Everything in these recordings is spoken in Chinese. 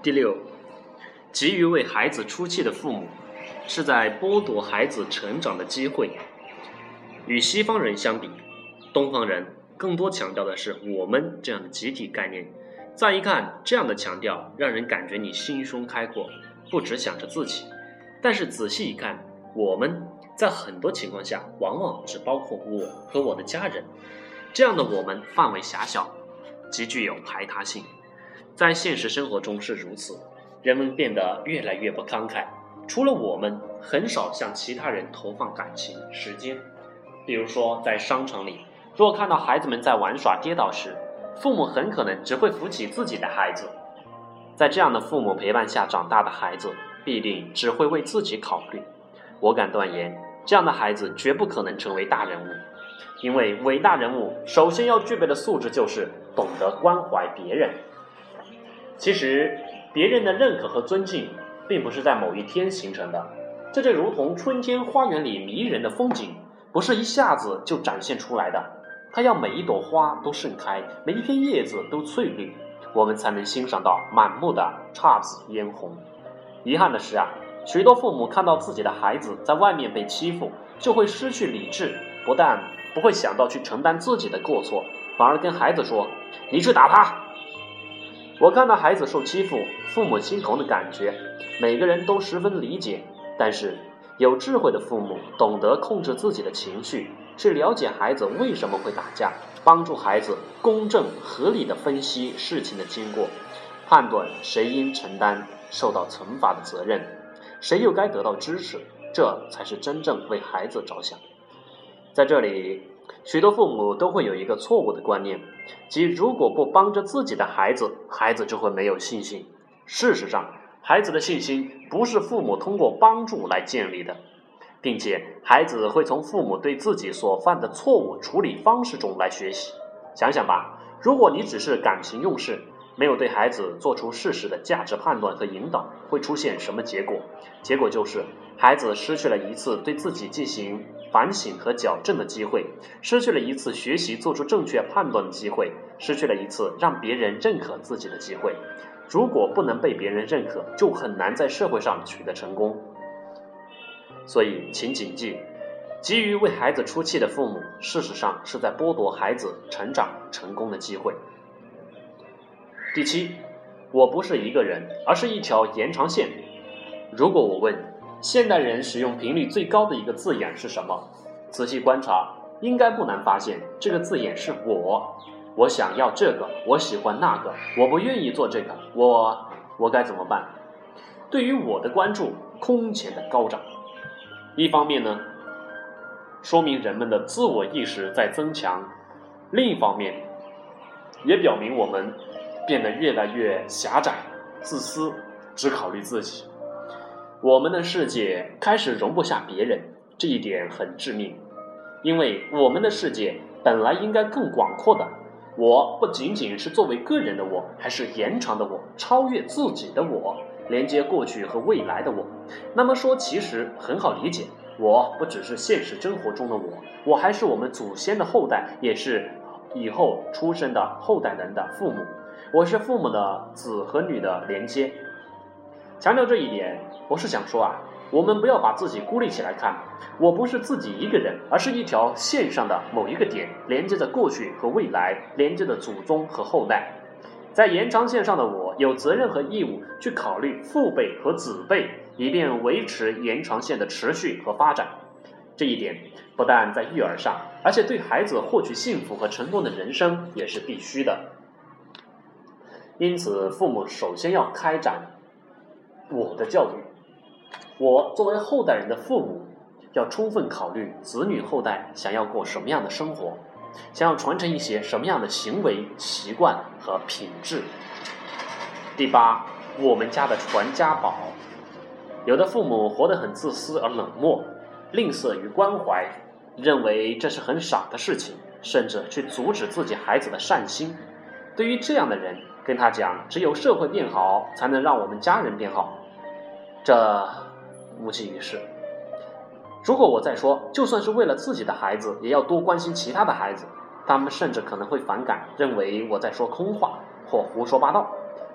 第六，急于为孩子出气的父母，是在剥夺孩子成长的机会。与西方人相比，东方人更多强调的是我们这样的集体概念。再一看，这样的强调让人感觉你心胸开阔，不只想着自己。但是仔细一看，我们在很多情况下往往只包括我和我的家人，这样的我们范围狭小，极具有排他性。在现实生活中是如此，人们变得越来越不慷慨，除了我们，很少向其他人投放感情、时间。比如说在商场里，若看到孩子们在玩耍跌倒时，父母很可能只会扶起自己的孩子。在这样的父母陪伴下长大的孩子，必定只会为自己考虑。我敢断言，这样的孩子绝不可能成为大人物，因为伟大人物首先要具备的素质就是懂得关怀别人。其实别人的认可和尊敬并不是在某一天形成的，这就如同春天花园里迷人的风景，不是一下子就展现出来的，它要每一朵花都盛开，每一片叶子都翠绿，我们才能欣赏到满目的姹紫嫣红。遗憾的是许多父母看到自己的孩子在外面被欺负，就会失去理智，不但不会想到去承担自己的过错，反而跟孩子说：“你去打他。”我看到孩子受欺负，父母心疼的感觉，每个人都十分理解。但是有智慧的父母懂得控制自己的情绪，去了解孩子为什么会打架，帮助孩子公正合理地分析事情的经过，判断谁应承担受到惩罚的责任，谁又该得到支持，这才是真正为孩子着想。在这里，许多父母都会有一个错误的观念，即如果不帮着自己的孩子，孩子就会没有信心。事实上，孩子的信心不是父母通过帮助来建立的，并且孩子会从父母对自己所犯的错误处理方式中来学习。想想吧，如果你只是感情用事，没有对孩子做出适时的价值判断和引导，会出现什么结果？结果就是孩子失去了一次对自己进行反省和矫正的机会，失去了一次学习做出正确判断的机会，失去了一次让别人认可自己的机会。如果不能被别人认可，就很难在社会上取得成功。所以请谨记，急于为孩子出气的父母，事实上是在剥夺孩子成长成功的机会。第七，我不是一个人，而是一条延长线。如果我问现代人使用频率最高的一个字眼是什么，仔细观察，应该不难发现，这个字眼是我。我想要这个，我喜欢那个，我不愿意做这个，我该怎么办？对于我的关注空前的高涨。一方面呢，说明人们的自我意识在增强；另一方面，也表明我们变得越来越狭窄、自私，只考虑自己。我们的世界开始容不下别人，这一点很致命，因为我们的世界本来应该更广阔的。我不仅仅是作为个人的我，还是延长的我，超越自己的我，连接过去和未来的我。那么说其实很好理解，我不只是现实生活中的我还是我们祖先的后代，也是以后出生的后代人的父母。我是父母的子和女的连接。强调这一点，我是想说我们不要把自己孤立起来看，我不是自己一个人，而是一条线上的某一个点，连接着过去和未来，连接着祖宗和后代。在延长线上的我，有责任和义务去考虑父辈和子辈，以便维持延长线的持续和发展。这一点不但在育儿上，而且对孩子获取幸福和成功的人生也是必须的。因此，父母首先要开展我的教育。我作为后代人的父母，要充分考虑子女后代想要过什么样的生活，想要传承一些什么样的行为习惯和品质。第八，我们家的传家宝。有的父母活得很自私而冷漠，吝啬于关怀，认为这是很傻的事情，甚至去阻止自己孩子的善心。对于这样的人，跟他讲，只有社会变好，才能让我们家人变好，这无济于事。如果我再说，就算是为了自己的孩子，也要多关心其他的孩子，他们甚至可能会反感，认为我在说空话或胡说八道。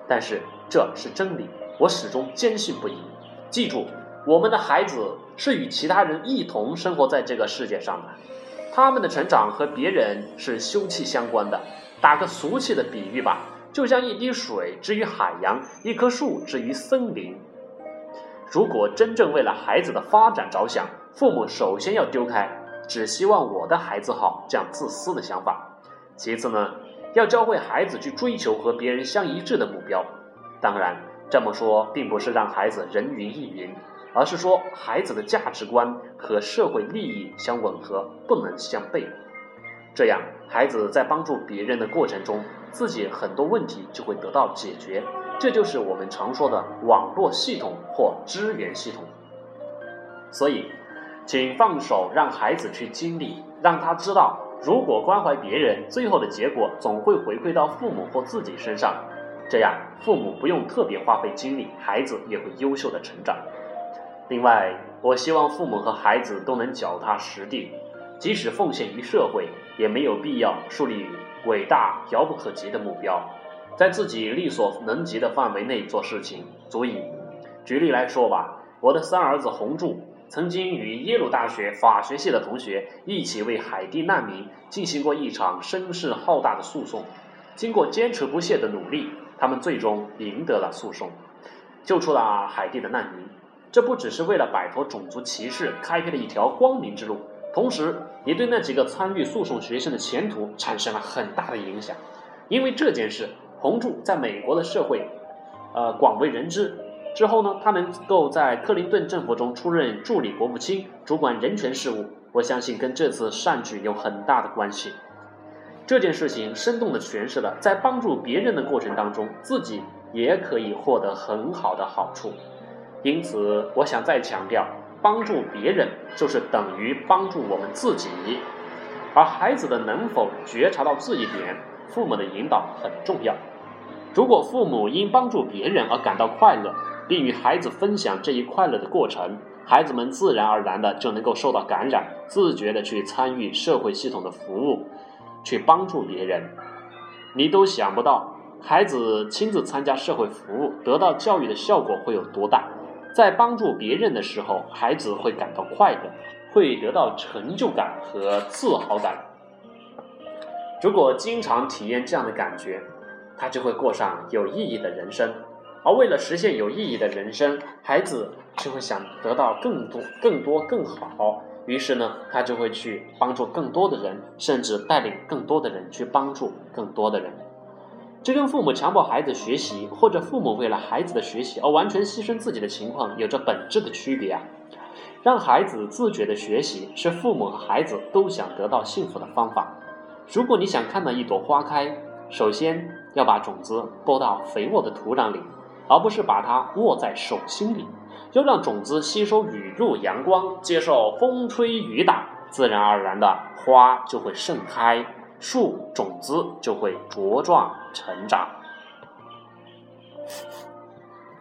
但是这是真理，我始终坚信不疑。记住，我们的孩子是与其他人一同生活在这个世界上的，他们的成长和别人是休戚相关的。打个俗气的比喻吧，就像一滴水之于海洋，一棵树之于森林。如果真正为了孩子的发展着想，父母首先要丢开只希望我的孩子好这样自私的想法。其次呢，要教会孩子去追求和别人相一致的目标。当然，这么说并不是让孩子人云亦云，而是说孩子的价值观和社会利益相吻合，不能相悖。这样，孩子在帮助别人的过程中，自己很多问题就会得到解决。这就是我们常说的网络系统或支援系统。所以，请放手让孩子去经历，让他知道，如果关怀别人，最后的结果总会回馈到父母或自己身上。这样，父母不用特别花费精力，孩子也会优秀的成长。另外，我希望父母和孩子都能脚踏实地，即使奉献于社会，也没有必要树立伟大遥不可及的目标，在自己力所能及的范围内做事情足矣。举例来说吧，我的三儿子洪柱曾经与耶鲁大学法学系的同学一起为海地难民进行过一场声势浩大的诉讼。经过坚持不懈的努力，他们最终赢得了诉讼，救出了海地的难民。这不只是为了摆脱种族歧视，开辟了一条光明之路，同时也对那几个参与诉讼学生的前途产生了很大的影响。因为这件事，洪柱在美国的社会广为人知。之后呢，他能够在克林顿政府中出任助理国务卿，主管人权事务，我相信跟这次善举有很大的关系。这件事情生动地诠释了在帮助别人的过程当中，自己也可以获得很好的好处。因此，我想再强调，帮助别人就是等于帮助我们自己。而孩子的能否觉察到这一点，父母的引导很重要。如果父母因帮助别人而感到快乐，并与孩子分享这一快乐的过程，孩子们自然而然的就能够受到感染，自觉的去参与社会系统的服务，去帮助别人。你都想不到，孩子亲自参加社会服务，得到教育的效果会有多大。在帮助别人的时候，孩子会感到快乐，会得到成就感和自豪感。如果经常体验这样的感觉，他就会过上有意义的人生。而为了实现有意义的人生，孩子就会想得到更多更好，于是呢，他就会去帮助更多的人，甚至带领更多的人去帮助更多的人。这跟父母强迫孩子学习，或者父母为了孩子的学习而完全牺牲自己的情况有着本质的区别啊。让孩子自觉的学习，是父母和孩子都想得到幸福的方法。如果你想看到一朵花开，首先要把种子播到肥沃的土壤里，而不是把它握在手心里。要让种子吸收雨露阳光，接受风吹雨打，自然而然的花就会盛开，种子就会茁壮成长。